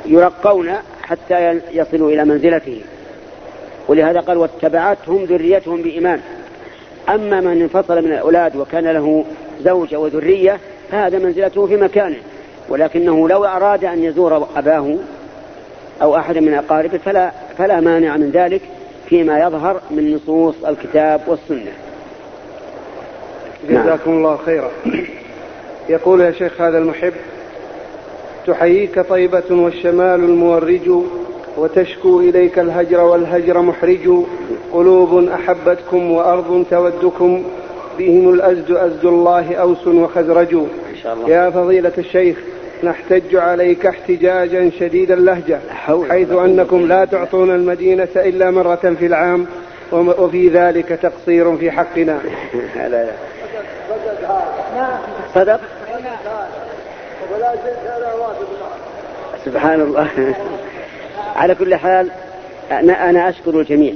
يرقون حتى يصلوا إلى منزلته. ولهذا قال واتبعتهم ذريتهم بإيمان. أما من انفصل من الأولاد وكان له زوجة وذرية فهذا منزلته في مكانه، ولكنه لو أراد أن يزور أباه أو أحد من أقاربه فلا مانع من ذلك فيما يظهر من نصوص الكتاب والسنة. جزاكم الله خيرا. يقول يا شيخ هذا المحب: تحييك طيبة والشمال المورج، وتشكو إليك الهجر والهجر محرج، قلوب أحبتكم وأرض تودكم، بهم الأزد أزد الله أوس وخزرج. يا فضيلة الشيخ، نحتج عليك احتجاجا شديد اللهجة، حيث أنكم لا تعطون المدينة إلا مرة في العام، وفي ذلك تقصير في حقنا. صدق. سبحان الله. على كل حال أنا أشكر الجميع،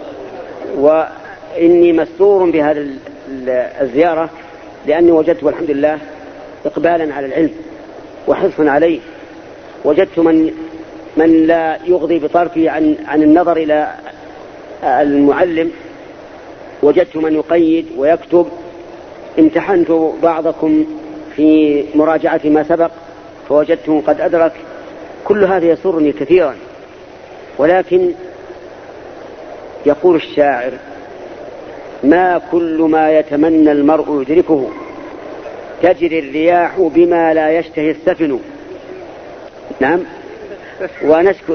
وإني مسرور بهذه الزيارة، لأني وجدت والحمد لله إقبالا على العلم وحرصا عليه. وجدت من لا يغضي بطرفه عن النظر إلى المعلم، وجدت من يقيد ويكتب. امتحنت بعضكم في مراجعة ما سبق فوجدته قد أدرك. كل هذا يسرني كثيرا، ولكن يقول الشاعر: ما كل ما يتمنى المرء يدركه، تجري الرياح بما لا يشتهي السفن. نعم. ونشكو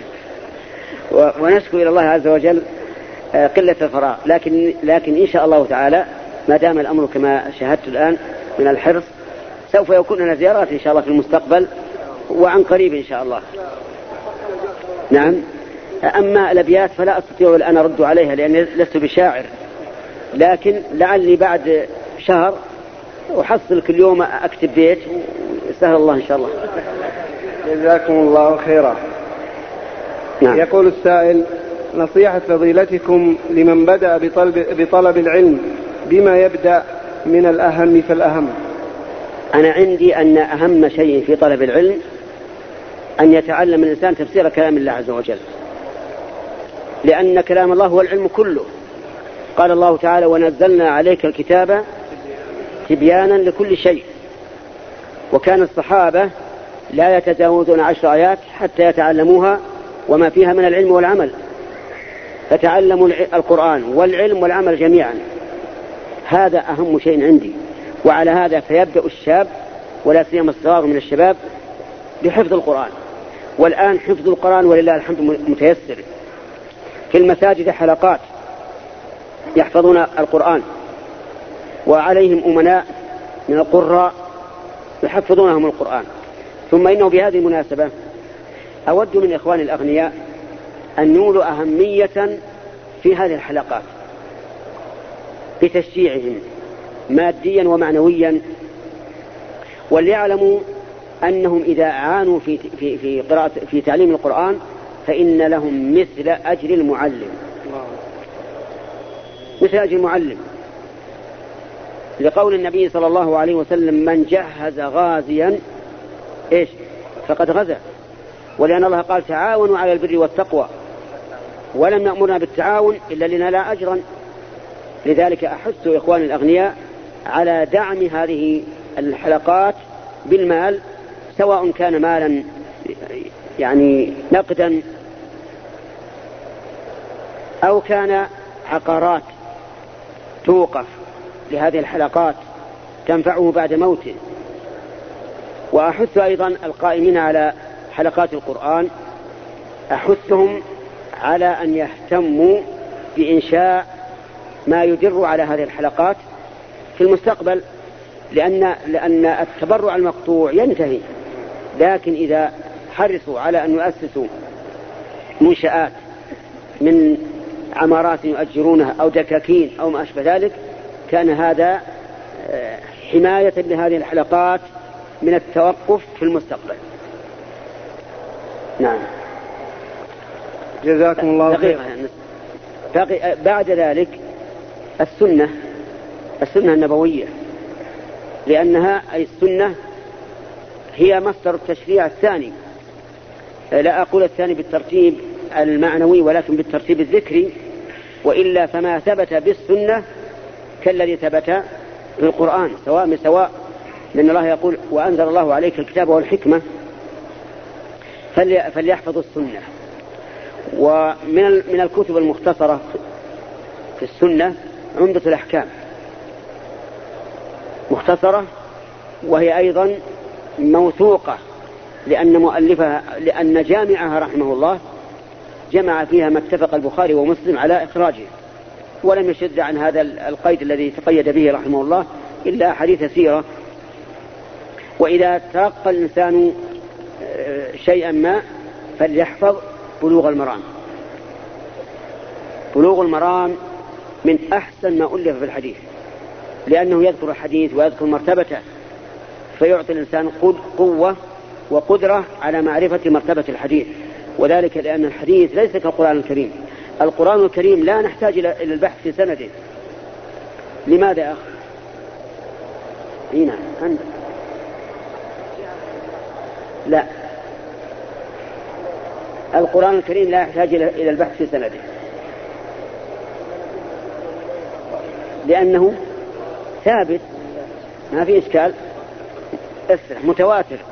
إلى الله عز وجل قلة الفراغ، لكن إن شاء الله تعالى ما دام الأمر كما شاهدت الآن من الحرص، سوف يكون لنا زيارات إن شاء الله في المستقبل وعن قريب إن شاء الله. نعم. أما الأبيات فلا أستطيع الآن أرد عليها لأني لست بشاعر، لكن لعلي بعد شهر أحصل كل يوم أكتب بيت، سهل الله إن شاء الله. جزاكم الله خيرا. نعم. يقول السائل: نصيحة فضيلتكم لمن بدأ بطلب العلم، بما يبدأ من الأهم فالأهم؟ أنا عندي أن أهم شيء في طلب العلم أن يتعلم الإنسان تفسير كلام الله عز وجل، لأن كلام الله هو العلم كله. قال الله تعالى: ونزلنا عليك الكتاب تبيانا لكل شيء. وكان الصحابة لا يتجاوزون 10 آيات حتى يتعلموها وما فيها من العلم والعمل، فتعلموا القرآن والعلم والعمل جميعا. هذا أهم شيء عندي. وعلى هذا فيبدأ الشاب ولا سيما الصغار من الشباب بحفظ القرآن. والآن حفظ القرآن ولله الحمد متيسر. في المساجد حلقات يحفظون القرآن، وعليهم أمناء من القراء يحفظونهم القرآن. ثم إنه بهذه المناسبة أود من إخواني الأغنياء أن يولوا أهمية في هذه الحلقات بتشجيعهم ماديا ومعنويا، وليعلموا أنهم إذا أعانوا في تعليم القرآن فإن لهم مثل أجر المعلم، مثل أجر المعلم، لقول النبي صلى الله عليه وسلم: من جهز غازيا فقد غزا. ولأن الله قال: تعاونوا على البر والتقوى، ولم يأمرنا بالتعاون إلا لننال أجرا. لذلك أحث إخواني الأغنياء على دعم هذه الحلقات بالمال، سواء كان مالا يعني نقدا أو كان عقارات توقف لهذه الحلقات تنفعه بعد موته. وأحث أيضا القائمين على حلقات القرآن، أحثهم على أن يهتموا بإنشاء ما يدر على هذه الحلقات في المستقبل، لأن التبرع المقطوع ينتهي. لكن إذا حرصوا على أن يؤسسوا منشآت من عمارات يؤجرونها أو دكاكين أو ما أشبه ذلك، كان هذا حماية لهذه الحلقات من التوقف في المستقبل. نعم. جزاكم الله خير. بعد ذلك السنة النبوية، لأنها أي السنة هي مصدر التشريع الثاني، لا أقول الثاني بالترتيب المعنوي ولكن بالترتيب الذكري، وإلا فما ثبت بالسنة كالذي ثبت في القرآن سواء بسواء، لأن الله يقول وأنزل الله عليك الكتاب والحكمة، فليحفظوا السنة. ومن الكتب المختصرة في السنة عمدة الأحكام، مختصرة وهي أيضا موثوقة، لأن جامعها رحمه الله جمع فيها ما اتفق البخاري ومسلم على إخراجه، ولم يشد عن هذا القيد الذي تقيد به رحمه الله إلا حديث سيرة. وإذا تلقى الإنسان شيئا ما فليحفظ بلوغ المرام. بلوغ المرام من أحسن ما ألف في الحديث، لأنه يذكر الحديث ويذكر مرتبته، فيعطي الإنسان قوة وقدرة على معرفة مرتبة الحديث. وذلك لأن الحديث ليس كالقرآن الكريم. القرآن الكريم لا نحتاج إلى البحث في سنده. لماذا يا أخي؟ هنا عندك لا، القرآن الكريم لا يحتاج إلى البحث في سنده، لأنه ثابت ما في إشكال، متواتر.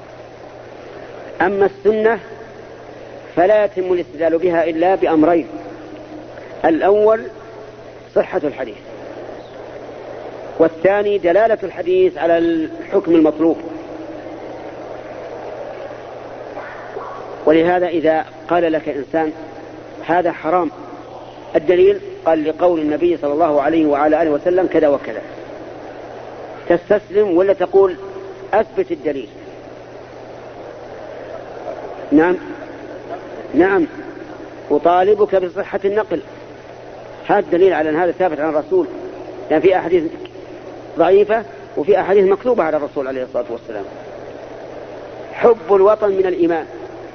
أما السنة فلا يتم الاستدلال بها إلا بأمرين: الأول صحة الحديث، والثاني دلالة الحديث على الحكم المطلوب. ولهذا إذا قال لك إنسان هذا حرام، الدليل قال لقول النبي صلى الله عليه وعلى آله وسلم كذا وكذا، تستسلم ولا تقول أثبت الدليل؟ نعم أطالبك بصحة النقل، هذا الدليل على أن هذا ثابت عن الرسول، يعني في أحاديث ضعيفة وفي أحاديث مكتوبة على الرسول عليه الصلاة والسلام. حب الوطن من الإيمان،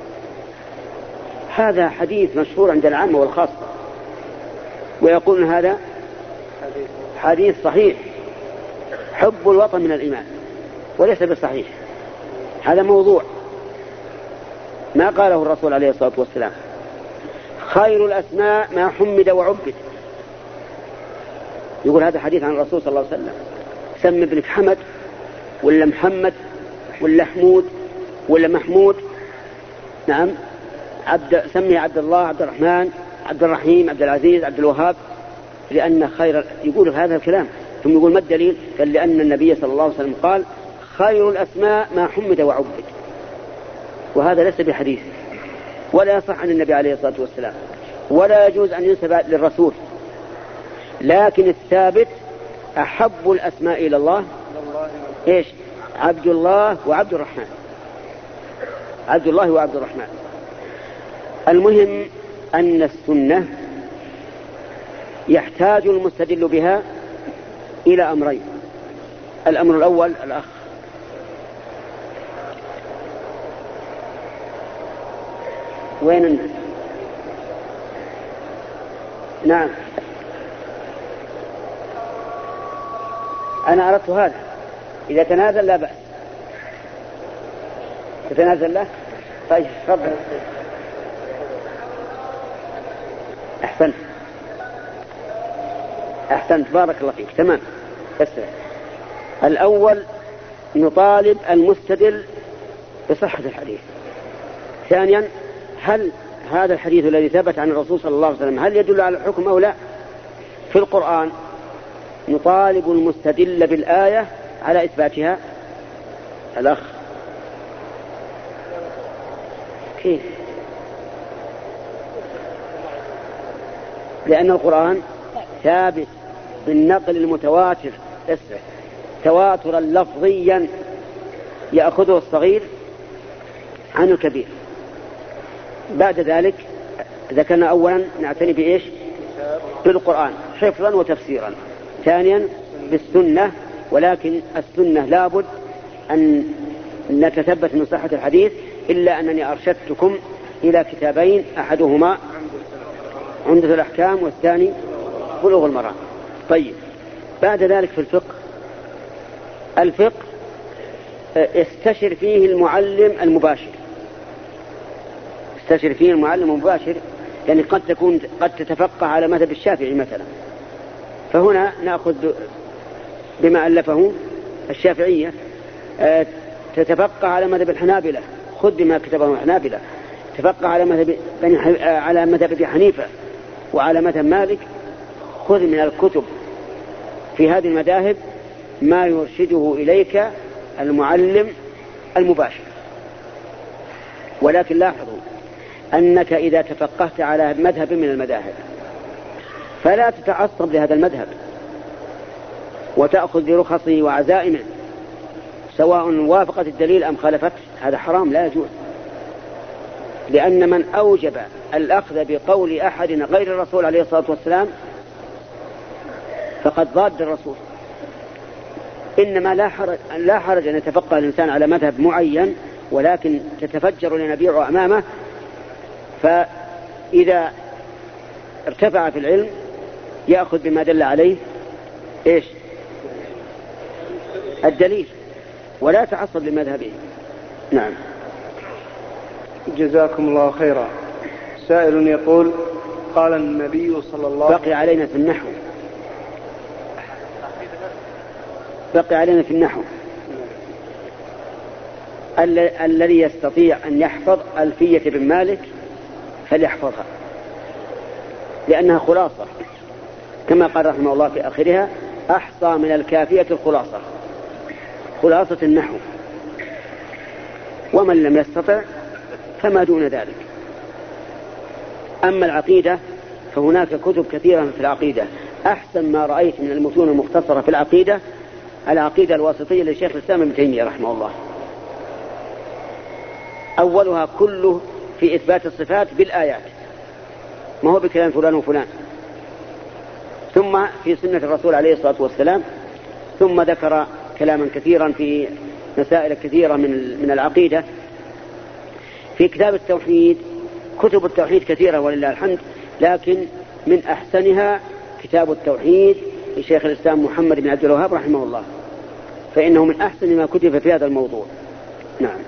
هذا حديث مشهور عند العامة والخاصة، ويقول هذا حديث صحيح. حب الوطن من الإيمان وليس بالصحيح، هذا موضوع ما قاله الرسول عليه الصلاة والسلام. خير الأسماء ما حمد وعبد، يقول هذا حديث عن الرسول صلى الله عليه وسلم. سمي ابنك حمد ولا محمد ولا حمود ولا محمود، نعم سمي عبد الله، عبد الرحمن، عبد الرحيم، عبد العزيز، عبد الوهاب، لأن خير. يقول هذا الكلام ثم يقول ما الدليل؟ قال لأن النبي صلى الله عليه وسلم قال خير الأسماء ما حمد وعبد، وهذا ليس بحديث ولا يصح عن النبي عليه الصلاة والسلام، ولا يجوز أن ينسب للرسول. لكن الثابت أحب الأسماء إلى الله إيش؟ عبد الله وعبد الرحمن، عبد الله وعبد الرحمن. المهم أن السنة يحتاج المستدل بها إلى أمرين: الأمر الأول الأخ وين أنت؟ نعم أنا أردت هذا، إذا تنازل لا بأس، تتنازل له. طيب تفضل. أحسنت بارك الله فيك، تمام. الأول نطالب المستدل بصحة الحديث. ثانيا هل هذا الحديث الذي ثبت عن الرسول صلى الله عليه وسلم هل يدل على الحكم أو لا؟ في القرآن نطالب المستدل بالآية على إثباتها. الأخ كيف؟ لأن القرآن ثابت بالنقل المتواتر، تواترا لفظيا يأخذه الصغير عن الكبير. بعد ذلك ذكرنا أولا نعتني بإيش؟ بالقرآن حفظا وتفسيرا. ثانيا بالسنة، ولكن السنة لابد أن نتثبت من صحة الحديث، إلا أنني أرشدتكم إلى كتابين، أحدهما عمدة الأحكام والثاني بلوغ المرام. طيب بعد ذلك في الفقه استشر فيه المعلم المباشر، تستشرفين المعلم مباشر، يعني قد تتفقه على مذهب الشافعي مثلا، فهنا نأخذ بما ألفه الشافعية. تتفقه على مذهب الحنابلة، خذ بما كتبه الحنابلة. تفقه على مذهب أبي حنيفة وعلى مذهب مالك، خذ من الكتب في هذه المذاهب ما يرشده إليك المعلم المباشر. ولكن لاحظوا أنك إذا تفقهت على مذهب من المذاهب فلا تتعصب لهذا المذهب وتأخذ برخصه وعزائمه سواء وافقت الدليل أم خالفت، هذا حرام لا يجوز. لأن من أوجب الأخذ بقول أحد غير الرسول عليه الصلاة والسلام فقد ضاد الرسول. إنما لا حرج أن يتفقه الإنسان على مذهب معين، ولكن تتفجر لنبيع أمامه، فإذا ارتفع في العلم يأخذ بما دل عليه إيش؟ الدليل، ولا تعصب لمذهبه. نعم. جزاكم الله خيرا. سائل يقول: قال النبي صلى الله عليه وسلم، بقي علينا في النحو الذي يستطيع أن يحفظ ألفية بن مالك فليحفظها، لأنها خلاصة كما قال رحمه الله في آخرها: أحصى من الكافية الخلاصة، خلاصة النحو. ومن لم يستطع فما دون ذلك. أما العقيدة فهناك كتب كثيرة في العقيدة. أحسن ما رأيت من المتون المختصرة في العقيدة الواسطية للشيخ الإسلام ابن تيمية رحمه الله. أولها كله في إثبات الصفات بالآيات، ما هو بكلام فلان وفلان، ثم في سنة الرسول عليه الصلاة والسلام، ثم ذكر كلاما كثيرا في مسائل كثيرة من العقيدة. في كتاب التوحيد، كتب التوحيد كثيرة ولله الحمد، لكن من أحسنها كتاب التوحيد لشيخ الإسلام محمد بن عبد الوهاب رحمه الله، فإنه من أحسن ما كتب في هذا الموضوع. نعم.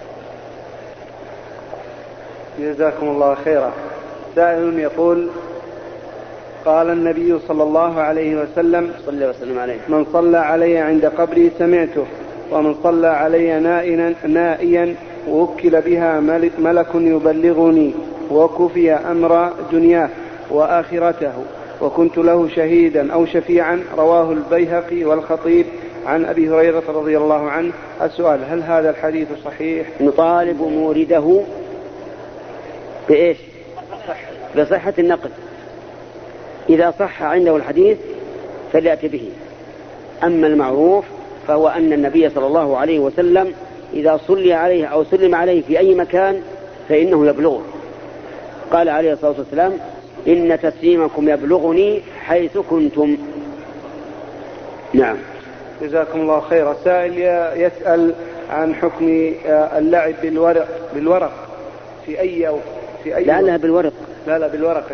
جزاكم الله خيرا. سائل يقول: قال النبي صلى الله عليه وسلم: صلى وسلم عليه: من صلى علي عند قبري سمعته، ومن صلى علي نائيا ووكل بها ملك يبلغني، وكفي أمر دنياه وآخرته، وكنت له شهيدا أو شفيعا. رواه البيهقي والخطيب عن أبي هريرة رضي الله عنه. السؤال: هل هذا الحديث صحيح؟ نطالب مورده بإيش؟ بصحة النقل. إذا صح عنده الحديث فليأتي به. أما المعروف فهو أن النبي صلى الله عليه وسلم إذا صلي عليه أو سلم عليه في أي مكان فإنه يبلغه. قال عليه الصلاة والسلام: إن تسليمكم يبلغني حيث كنتم. نعم. جزاكم الله خيرا. سائل يسأل عن حكم اللعب بالورق في أي لا بالورق. لا بالورق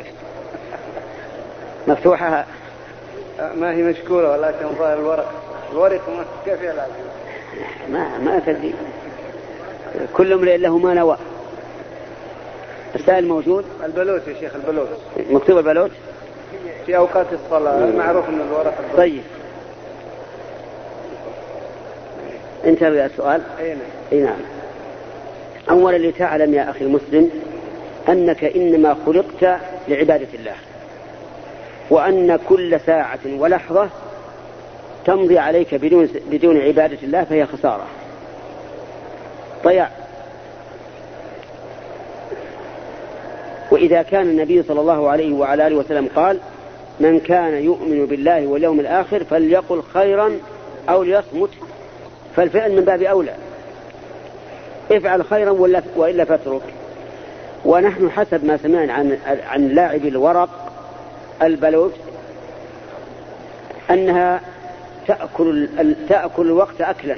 مفتوحة، ما هي مشكورة ولكن ظاهر الورق كيف يلعب؟ ما تدري، كل امرئ له ما نوى. السائل موجود. البلوت يا شيخ، البلوت مكتوب البلوت في أوقات الصلاة، معروف أن الورق البلوت. طيب انتبه السؤال. أي نعم. أولا لتعلم يا أخي المسلم أنك إنما خلقت لعبادة الله، وأن كل ساعة ولحظة تمضي عليك بدون عبادة الله فهي خسارة، ضياع. وإذا كان النبي صلى الله عليه وعلى آله وسلم قال: من كان يؤمن بالله واليوم الآخر فليقل خيرا أو ليصمت، فالفعل من باب أولى، افعل خيرا وإلا فاترك. ونحن حسب ما سمعنا عن لاعب الورق البلوت أنها تأكل الوقت أكلا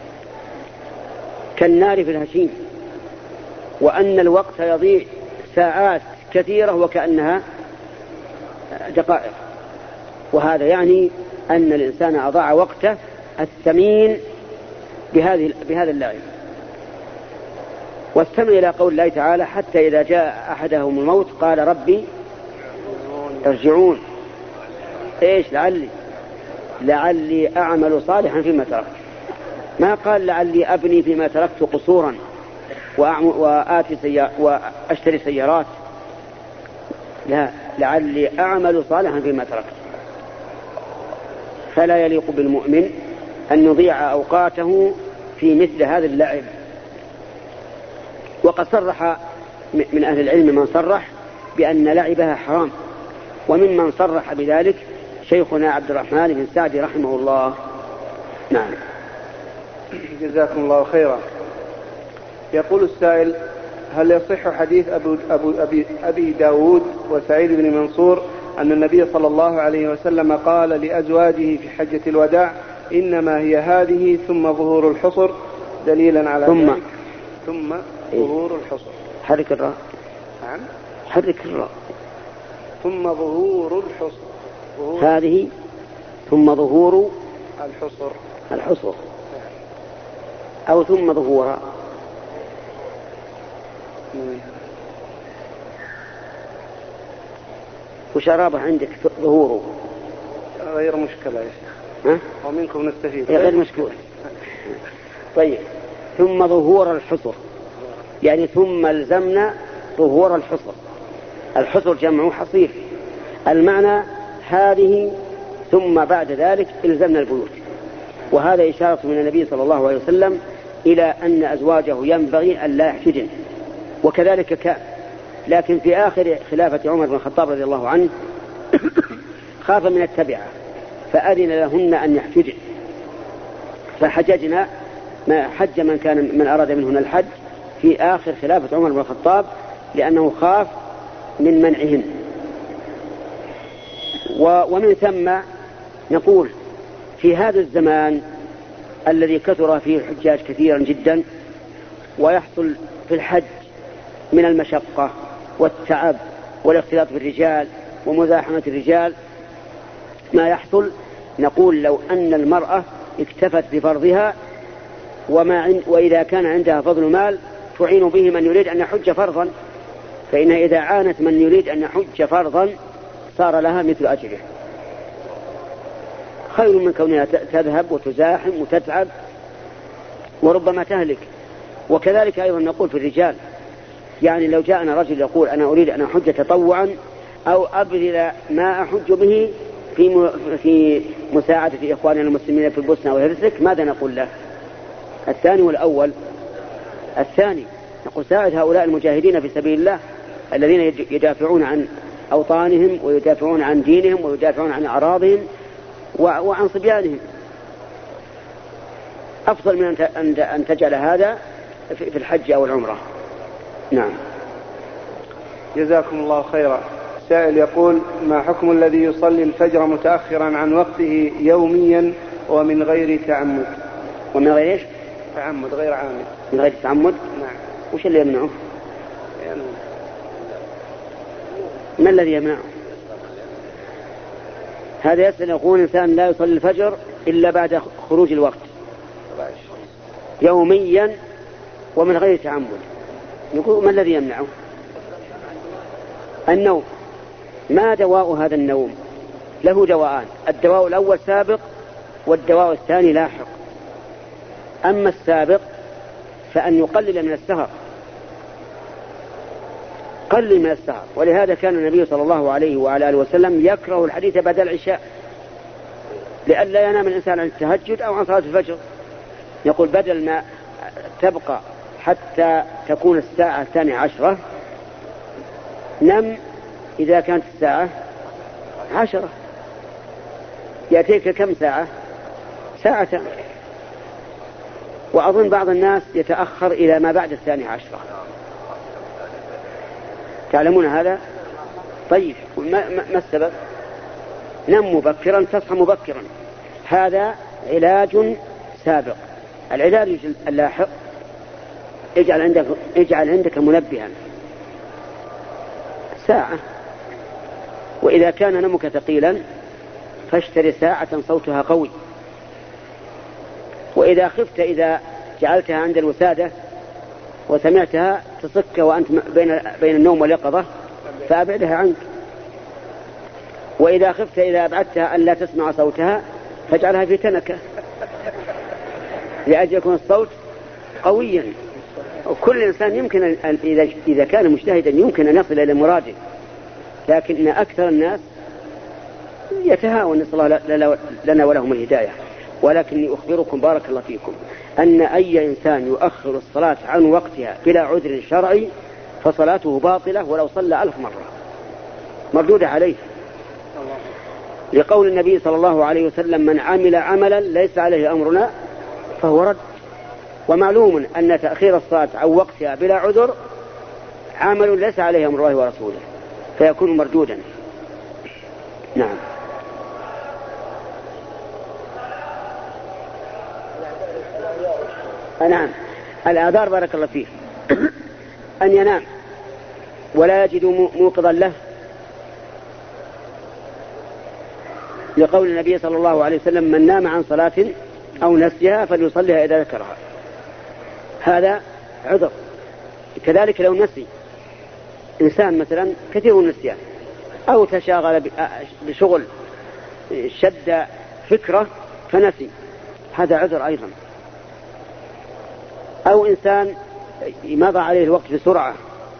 كالنار في الهشيم، وأن الوقت يضيع ساعات كثيرة وكأنها دقائق. وهذا يعني أن الإنسان أضاع وقته الثمين بهذا اللعب. واستمع إلى قول الله تعالى حتى إذا جاء أحدهم الموت قال ربي ارجعون. إيش؟ لعلي أعمل صالحا فيما تركت. ما قال لعلي أبني فيما تركت قصورا وأشتري سيارات، لا، لعلي أعمل صالحا فيما تركت. فلا يليق بالمؤمن أن يضيع أوقاته في مثل هذا اللعب. وقد صرح من أهل العلم من صرح بأن لعبها حرام، وممن صرح بذلك شيخنا عبد الرحمن بن سعدي رحمه الله. نعم. جزاكم الله خيرا. يقول السائل: هل يصح حديث أبي داود وسعيد بن منصور أن النبي صلى الله عليه وسلم قال لأزواجه في حجة الوداع: إنما هي هذه ثم ظهور الحصر، دليلا على ذلك؟ ثم ظهور الحصر. حرك الراء. نعم، حرك الراء. ثم ظهور الحصر. هذه ثم ظهور الحصر أو ثم ظهورها. وشرابه عندك ظهوره غير مشكلة يا شيخ، ومنكم نستفيد. غير مشكلة. طيب، ثم ظهور الحصر يعني ثم الزمنا ظهور الحصر. الحصر جمع حصير. المعنى هذه ثم بعد ذلك الزمنا البيوت. وهذا إشارة من النبي صلى الله عليه وسلم إلى أن أزواجه ينبغي أن لا يحتجن، وكذلك كان. لكن في آخر خلافة عمر بن الخطاب رضي الله عنه خاف من التبعة فأذن لهن أن يحتجن، فحججنا ما حج من أراد منهن الحج في آخر خلافة عمر بن الخطاب، لأنه خاف من منعهن. ومن ثم نقول في هذا الزمان الذي كثر فيه الحجاج كثيرا جدا، ويحصل في الحج من المشقة والتعب والاختلاط بالرجال ومزاحمة الرجال ما يحصل، نقول لو أن المرأة اكتفت بفرضها وإذا كان عندها فضل مال تعين به من يريد أن يحج فرضا، فإنها إذا عانت من يريد أن يحج فرضا صار لها مثل أجره، خير من كونها تذهب وتزاحم وتتعب وربما تهلك. وكذلك أيضا نقول في الرجال، يعني لو جاءنا رجل يقول أنا أريد أن أحج تطوعا أو أبذل ما أحج به في مساعدة إخواننا المسلمين في البوسنة والهرسك، ماذا نقول له؟ الثاني والأول؟ الثاني، نقول ساعد هؤلاء المجاهدين في سبيل الله الذين يدافعون عن أوطانهم ويدافعون عن دينهم ويدافعون عن أعراضهم وعن صبيانهم، أفضل من أن تجعل هذا في الحج أو العمرة. نعم. جزاكم الله خيرا. سائل يقول: ما حكم الذي يصلي الفجر متأخرا عن وقته يوميا ومن غير تعمد؟ ومن غير إيش؟ تعمد، غير عامد. من غير تعمد؟ نعم. وش اللي يمنعه؟ ما الذي يمنعه؟ هذا يسأل يقول: إنسان لا يصلي الفجر إلا بعد خروج الوقت يوميا ومن غير تعمد، يقول ما الذي يمنعه؟ النوم. ما دواء هذا النوم؟ له دواءان: الدواء الأول سابق والدواء الثاني لاحق. أما السابق فأن يقلل من السهر، قلل من السهر. ولهذا كان النبي صلى الله عليه وعلى آله وسلم يكره الحديث بعد العشاء لئلا ينام الإنسان عن التهجد أو عن صلاة الفجر. يقول بدل ما تبقى حتى تكون الساعة 12 نم إذا كانت الساعة 10. يأتيك كم ساعة؟ ساعة. وأظن بعض الناس يتأخر إلى ما بعد 12. تعلمون هذا؟ طيب، ما السبب؟ نم مبكرا تصحى مبكرا، هذا علاج سابق. العلاج اللاحق: اجعل عندك منبها ساعة، وإذا كان نومك ثقيلا فاشتري ساعة صوتها قوي. وإذا خفت إذا جعلتها عند الوسادة وسمعتها تصك وأنت بين النوم واليقظة فأبعدها عنك. وإذا خفت إذا أبعدتها أن لا تسمع صوتها فاجعلها في تنكة لأجل يكون الصوت قويا. وكل إنسان يمكن إذا كان مجتهدا يمكن أن يصل إلى مراده، لكن أكثر الناس يتهاون، نسأل الله لنا ولهم الهداية. ولكني أخبركم بارك الله فيكم أن أي إنسان يؤخر الصلاة عن وقتها بلا عذر شرعي فصلاته باطلة ولو صلى 1000 مرة مردودة عليه، لقول النبي صلى الله عليه وسلم: من عمل عملا ليس عليه أمرنا فهو رد. ومعلوم أن تأخير الصلاة عن وقتها بلا عذر عمل ليس عليه أمر الله ورسوله فيكون مردودا. نعم. نعم. الآثار بارك الله فيه أن ينام ولا يجد موقظا له، لقول النبي صلى الله عليه وسلم: من نام عن صلاة أو نسيها فليصليها إذا ذكرها. هذا عذر. كذلك لو نسي إنسان مثلا كثير النسيان أو تشاغل بشغل شد فكرة فنسي، هذا عذر أيضا. أو إنسان مضى عليه الوقت بسرعة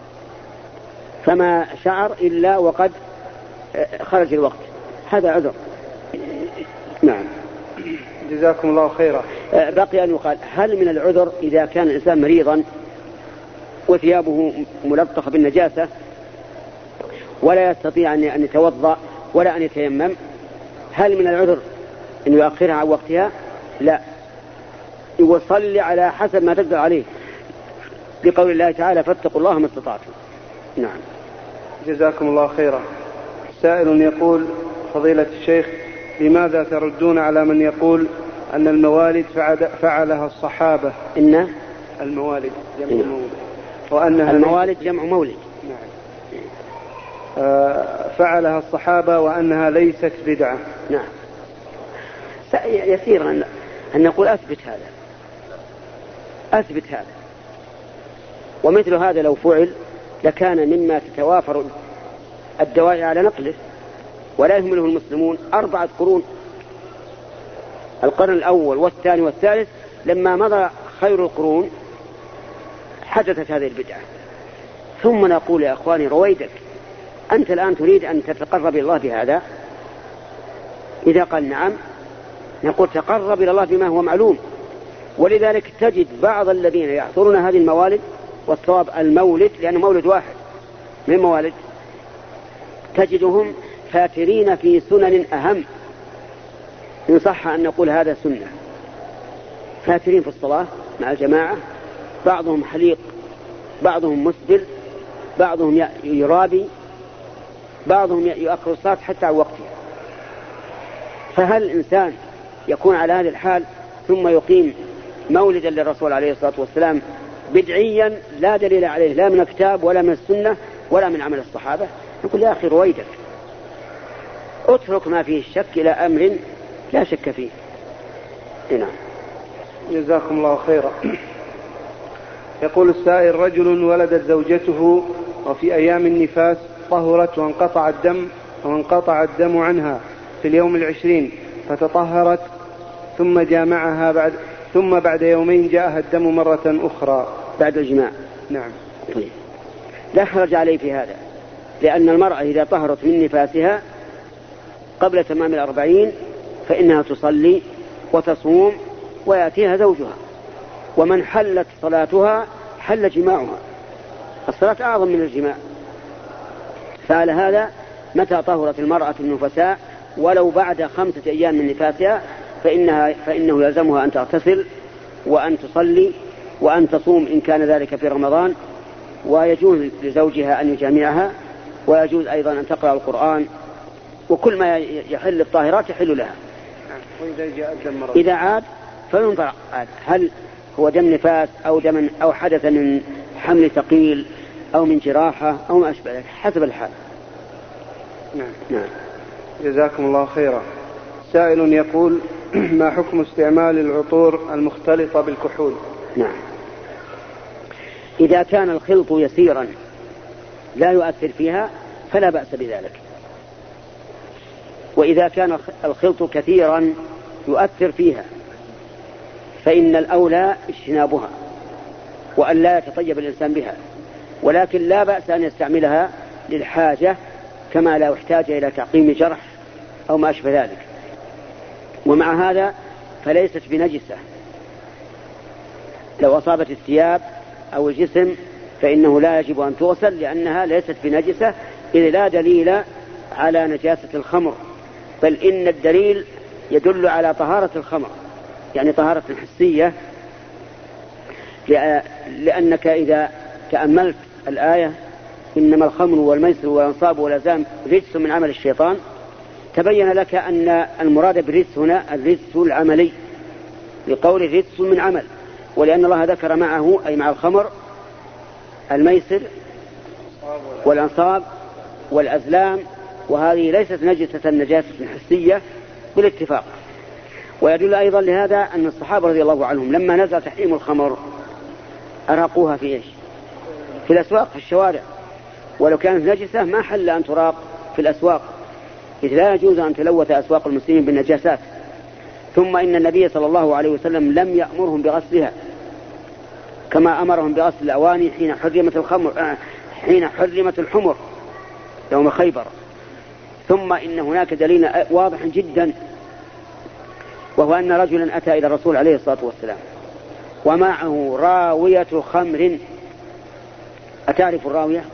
فما شعر إلا وقد خرج الوقت، هذا عذر. نعم. جزاكم الله خيرا. بقي أن يقال: هل من العذر إذا كان الإنسان مريضا وثيابه ملطخة بالنجاسة ولا يستطيع أن يتوضأ ولا أن يتيمم، هل من العذر أن يؤخرها عن وقتها؟ لا، يصلي على حسب ما تقدر عليه، بقول الله تعالى: فاتقوا الله ما استطعتم. نعم. جزاكم الله خيرا. سائل يقول: فضيلة الشيخ، لماذا تردون على من يقول أن الموالد فعلها الصحابة؟ إن الموالد جمع مولد، وأنها الموالد جمع مولد. نعم. فعلها الصحابة وأنها ليست بدعة. نعم. يسير أن نقول أثبت هذا. ومثل هذا لو فعل لكان مما تتوافر الدواعي على نقله، ولا يهمله المسلمون 4 قرون، القرن الأول والثاني والثالث، لما مضى خير القرون حدثت هذه البدعة. ثم نقول: يا أخواني رويدك، أنت الآن تريد أن تتقرب إلى الله بهذا؟ إذا قال نعم نقول: تقرب إلى الله بما هو معلوم. ولذلك تجد بعض الذين يحضرون هذه الموالد، والصواب المولد لأنه مولد واحد من موالد، تجدهم فاترين في سنن أهم، إن صح أن نقول هذا سنة، فاترين في الصلاة مع الجماعة، بعضهم حليق، بعضهم مسبل، بعضهم يرابي، بعضهم يؤخر الصلاة حتى عن وقتها. فهل الإنسان يكون على هذه الحال ثم يقيم مولدا للرسول عليه الصلاة والسلام بدعيا لا دليل عليه لا من الكتاب ولا من السنة ولا من عمل الصحابة؟ نقول: يا أخي رويدك، اترك ما فيه الشك إلى أمر لا شك فيه. نعم. جزاكم الله خيرا. يقول السائل: رجل ولدت زوجته وفي أيام النفاس طهرت وانقطع الدم عنها في اليوم 20، فتطهرت ثم جامعها ثم بعد يومين جاءها الدم مرة أخرى بعد الجماع. نعم. طيب. لا حرج عليه في هذا، لأن المرأة إذا طهرت من نفاسها قبل تمام 40 فإنها تصلي وتصوم ويأتيها زوجها، ومن حلت صلاتها حل جماعها، الصلاة أعظم من الجماع. فعلى هذا متى طهرت المرأة النفساء ولو بعد 5 أيام من نفاسها فإنه يلزمها أن تغتسل وأن تصلي وأن تصوم إن كان ذلك في رمضان، ويجوز لزوجها أن يجامعها، ويجوز أيضا أن تقرأ القرآن، وكل ما يحل الطاهرات يحل لها. إذا عاد فينظر هل هو دم نفاس أو دم أو حدث من حمل ثقيل أو من جراحة أو ما أشبه ذلك حسب الحال. نعم. جزاكم الله خيرا. سائل يقول: ما حكم استعمال العطور المختلطة بالكحول؟ نعم. إذا كان الخلط يسيرا لا يؤثر فيها فلا بأس بذلك، وإذا كان الخلط كثيرا يؤثر فيها فإن الأولى اجتنابها وأن لا يتطيب الإنسان بها، ولكن لا بأس أن يستعملها للحاجة كما لا يحتاج إلى تعقيم جرح أو ما أشبه ذلك. ومع هذا فليست بنجسة، لو أصابت الثياب أو الجسم فإنه لا يجب أن تغسل لأنها ليست بنجسة، إذ لا دليل على نجاسة الخمر، بل إن الدليل يدل على طهارة الخمر، يعني طهارة حسية، لأنك إذا تأملت الآية إنما الخمر والميسر والأنصاب والأزلام رجس من عمل الشيطان، تبين لك أن المراد بالرجس هنا الرجس العملي، لقول رجس من عمل، ولأن الله ذكر معه أي مع الخمر الميسر والأنصاب والأزلام، وهذه ليست نجسة نجاسة حسية بالاتفاق. ويدل أيضا لهذا أن الصحابة رضي الله عنهم لما نزل تحريم الخمر أراقوها في إيش؟ في الأسواق، في الشوارع، ولو كانت نجسة ما حل أن تراق في الأسواق، إذ لا يجوز أن تلوث أسواق المسلمين بالنجاسات. ثم إن النبي صلى الله عليه وسلم لم يأمرهم بغسلها كما أمرهم بغسل الأواني حين حرمت الحمر يوم خيبر. ثم إن هناك دليل واضح جدا، وهو أن رجلا أتى إلى الرسول عليه الصلاة والسلام ومعه راوية خمر. أتعرف الراوية؟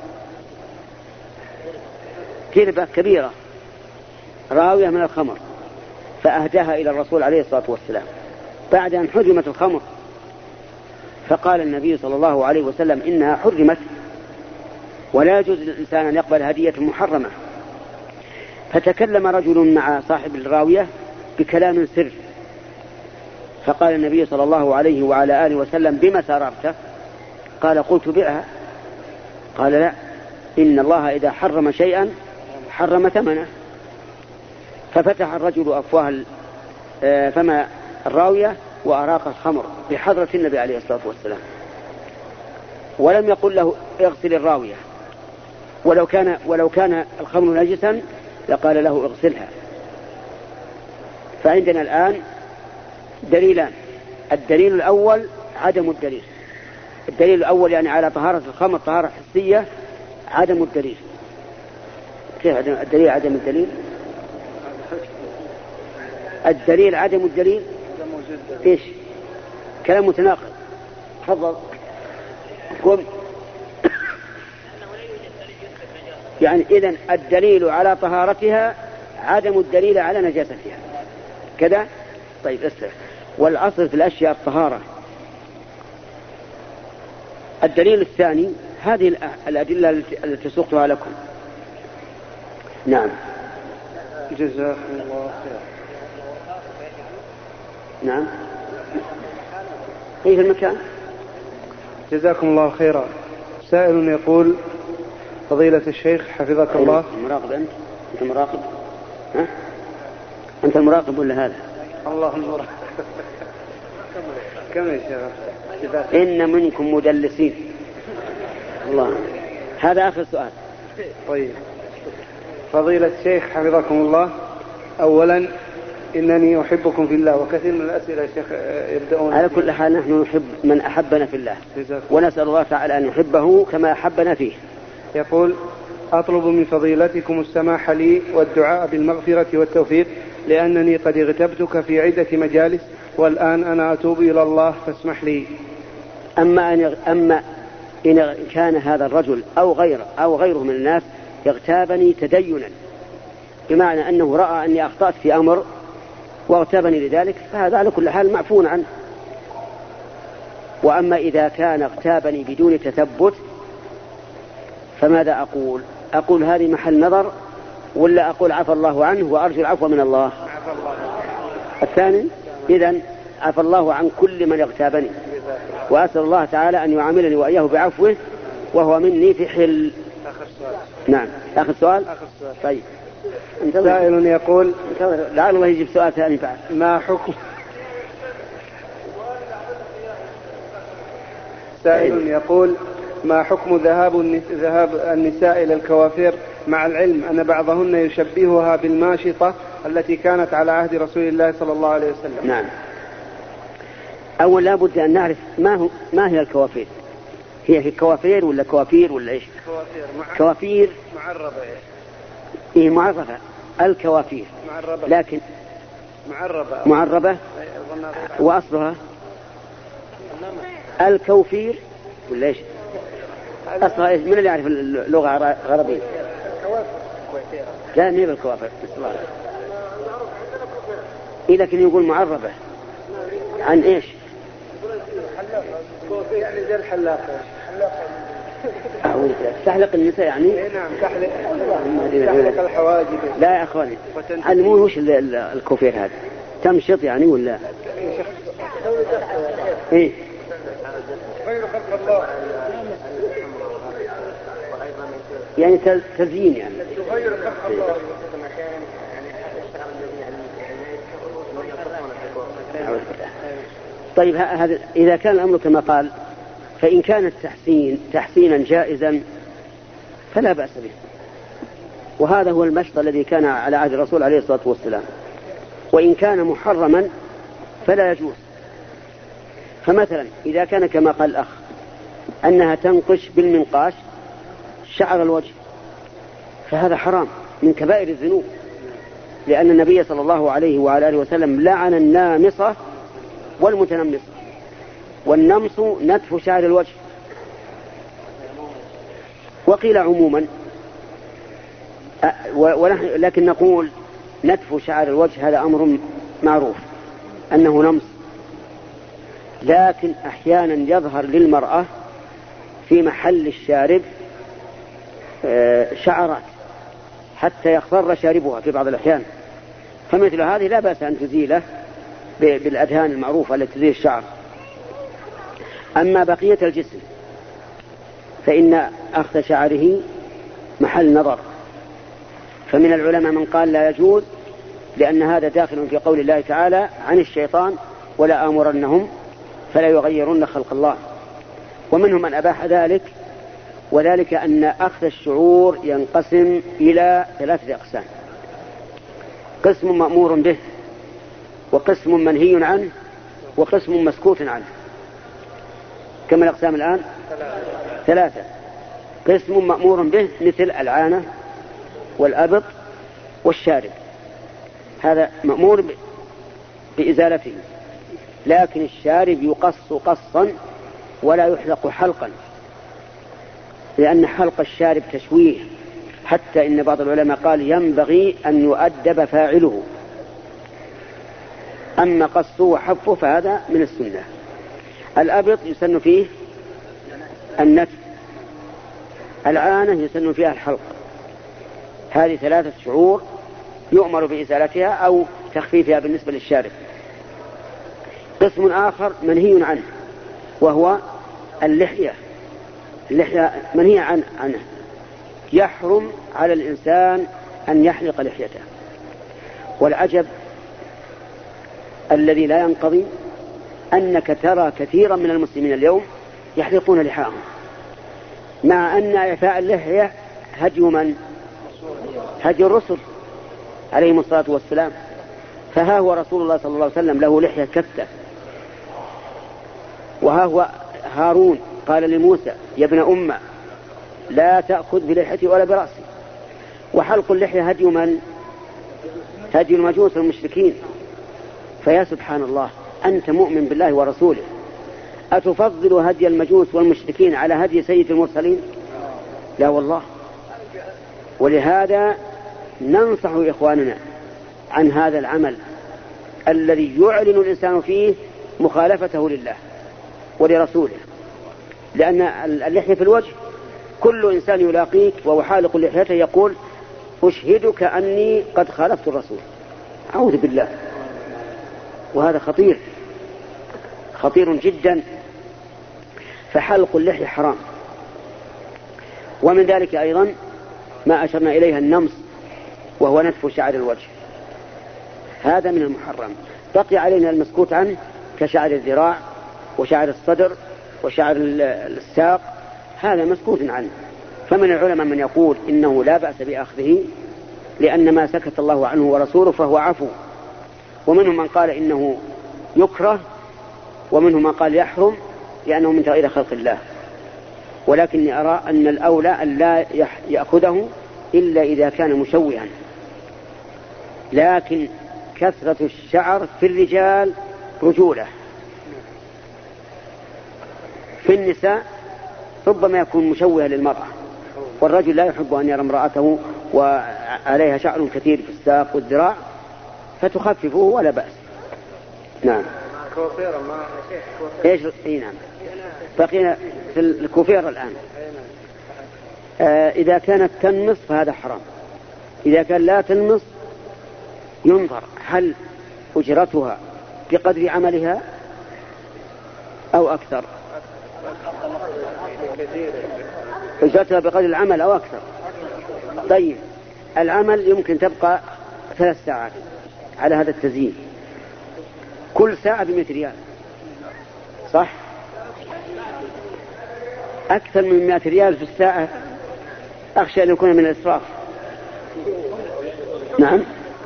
كربة كبيرة، راوية من الخمر، فأهداها إلى الرسول عليه الصلاة والسلام بعد أن حرمت الخمر. فقال النبي صلى الله عليه وسلم إنها حرمت ولا يجوز للإنسان أن يقبل هدية محرمة. فتكلم رجل مع صاحب الراوية بكلام سر، فقال النبي صلى الله عليه وعلى آله وسلم بما سررت؟ قال قلت بها. قال لا، إن الله إذا حرم شيئا حرم ثمنه. ففتح الرجل أفواه فما الراوية وأراق الخمر بحضرة النبي عليه الصلاة والسلام، ولم يقل له اغسل الراوية، ولو كان الخمر نجسا لقال له اغسلها. فعندنا الآن دليلان: الدليل الأول عدم الدليل، الدليل الأول يعني على طهارة الخمر طهارة حسية، عدم الدليل. كيف الدليل عدم الدليل؟ الدليل عدم الدليل ايش؟ كلام متناقض. تفضل قم. يعني إذن الدليل على طهارتها عدم الدليل على نجاستها كذا. طيب استرح. والأصل في الأشياء الطهارة. الدليل الثاني هذه الأدلة التي سقتها لكم. نعم جزاكم الله خير. نعم في المكان. جزاكم الله خيرا. سائل يقول: فضيلة الشيخ حفظك الله. مراقب أنت مراقب؟ ها؟ أنت المراقب ولا هذا؟ الله المراقب. كم يا شيخ؟ إن منكم مدلسين. الله. هذا آخر سؤال. طيب. فضيلة الشيخ حفظكم الله، أولا إنني أحبكم في الله، وكثير من الأسئلة يا شيخ يبدأون على كل حال نحن نحب من أحبنا في الله، ونسأل الله تعالى أن يحبه كما أحبنا فيه. يقول: أطلب من فضيلتكم السماح لي والدعاء بالمغفرة والتوفيق، لأنني قد اغتبتك في عدة مجالس، والآن أنا أتوب إلى الله فاسمح لي. أما إن كان هذا الرجل أو غيره من الناس اغتابني تدينا، بمعنى أنه رأى أني أخطأت في أمر واغتابني لذلك، فهذا على كل حال معفون عنه. وأما إذا كان اغتابني بدون تثبت فماذا أقول هذه محل نظر، ولا أقول عفى الله عنه وأرجو العفو من الله؟ الثاني. إذن عفى الله عن كل من اغتابني، وأسأل الله تعالى أن يعاملني وإياه بعفوه وهو مني في حل. نعم آخر سؤال. طيب. سائل يقول: لعل الله يجيب سؤال ثاني بعد. سائل يقول: ما حكم ذهاب النساء إلى الكوافير مع العلم أن بعضهن يشبهها بالماشطة التي كانت على عهد رسول الله صلى الله عليه وسلم؟ نعم. أول لا بد أن نعرف ما هي الكوافير. هي كوافير ولا كوافير ولا إيش؟ كوافير معربة. إيه معربة الكوافير معربة. لكن معربة وأصلها الكوفير ولا إيش؟ أصلها إيش؟ من اللي يعرف اللغة العربية؟ لا نيب الكوافير إذا كان يقول معربة عن إيش؟ يعني زي الحلاقة. تحلق النساء يعني؟ نعم تحلق الحواجب. لا يا أخواني علمون وش الكوفير هذا؟ تمشط يعني ولا إيه؟ غير خلق الله يعني تزيين يعني. غير خلق الله. طيب هذا إذا كان الأمر كما قال فإن كان التحسين تحسينا جائزا فلا بأس به، وهذا هو المشط الذي كان على عهد الرسول عليه الصلاة والسلام. وإن كان محرما فلا يجوز. فمثلا إذا كان كما قال الأخ أنها تنقش بالمنقاش شعر الوجه فهذا حرام من كبائر الذنوب، لأن النبي صلى الله عليه وعلى آله وسلم لعن النامصة والمتنمصة. والنمص نتف شعر الوجه. وقيل عموما لكن نقول نتف شعر الوجه هذا أمر معروف أنه نمص، لكن أحيانا يظهر للمرأة في محل الشارب شعرات حتى يخضر شاربها في بعض الأحيان، فمثل هذه لا بأس أن تزيله بالأدهان المعروفة التي تزيل الشعر. أما بقية الجسم فإن أخذ شعره محل نظر، فمن العلماء من قال لا يجوز لأن هذا داخل في قول الله تعالى عن الشيطان ولا آمرنهم فلا يغيرن خلق الله. ومنهم من أباح ذلك، وذلك أن أخذ الشعور ينقسم إلى 3 أقسام: قسم مأمور به، وقسم منهي عنه، وقسم مسكوت عنه. كم الأقسام الآن؟ 3. قسم مأمور به مثل العانة والأبط والشارب، هذا مأمور بإزالته، لكن الشارب يقص قصا ولا يحلق حلقا، لأن حلق الشارب تشويه، حتى إن بعض العلماء قال ينبغي أن يؤدب فاعله. أما قصه وحفه فهذا من السنة. الأبط يسن فيه النتف، العانة يسن فيها الحلق. هذه 3 شعور يؤمر بإزالتها أو تخفيفها بالنسبة للشارب. قسم آخر منهي عنه وهو اللحية منهي عنه، يحرم على الإنسان أن يحلق لحيته. والعجب الذي لا ينقضي أنك ترى كثيرا من المسلمين اليوم يحلقون لحاهم، مع أن إعفاء اللحية هدي من؟ هدي الرسل عليهم الصلاة والسلام. فها هو رسول الله صلى الله عليه وسلم له لحية كثة، وها هو هارون قال لموسى يا ابن أمة لا تأخذ بلحيتي ولا برأسي. وحلق اللحية هدي من؟ هدي المجوس المشركين. فيا سبحان الله، أنت مؤمن بالله ورسوله، أتفضل هدي المجوس والمشركين على هدي سيد المرسلين؟ لا والله. ولهذا ننصح إخواننا عن هذا العمل الذي يعلن الإنسان فيه مخالفته لله ولرسوله، لأن اللحية في الوجه كل إنسان يلاقيك وهو حالق لحيته يقول أشهدك أني قد خالفت الرسول. أعوذ بالله. وهذا خطير جدا. فحلق اللحية حرام. ومن ذلك أيضا ما أشرنا إليها النمص وهو نتف شعر الوجه، هذا من المحرم. بقي علينا المسكوت عنه كشعر الذراع وشعر الصدر وشعر الساق هذا مسكوت عنه. فمن العلماء من يقول إنه لا بأس بأخذه لأن ما سكت الله عنه ورسوله فهو عفو، ومنهم من قال إنه يكره، ومنهم من قال يحرم لأنه من تغيير خلق الله. ولكني أرى أن الأولى أن لا يأخذه إلا إذا كان مشوها. لكن كثرة الشعر في الرجال رجولة، في النساء ربما يكون مشوها للمرأة، والرجل لا يحب أن يرى امرأته وعليها شعر كثير في الساق والذراع فتخففه ولا بأس. نعم. ايش نعم بقينا في الكوفير الآن. إذا كانت تنمص فهذا حرام. إذا كان لا تنمص ينظر هل أجرتها بقدر عملها أو أكثر، أجرتها بقدر العمل أو أكثر. طيب العمل يمكن تبقى 3 ساعات على هذا التزيين، كل ساعة ب100 ريال، صح؟ أكثر من 100 ريال في الساعة أخشى أن يكون من الإسراف. نعم.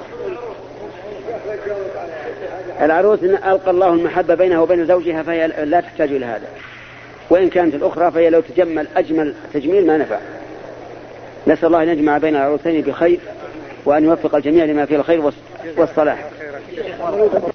العروس ألقى الله المحبة بينها وبين زوجها فهي لا تحتاج إلى هذا، وإن كانت الأخرى فهي لو تجمل أجمل تجميل ما نفع. نسأل الله أن يجمع بين العروسين بخير وأن يوفق الجميع لما فيه الخير والصلاح.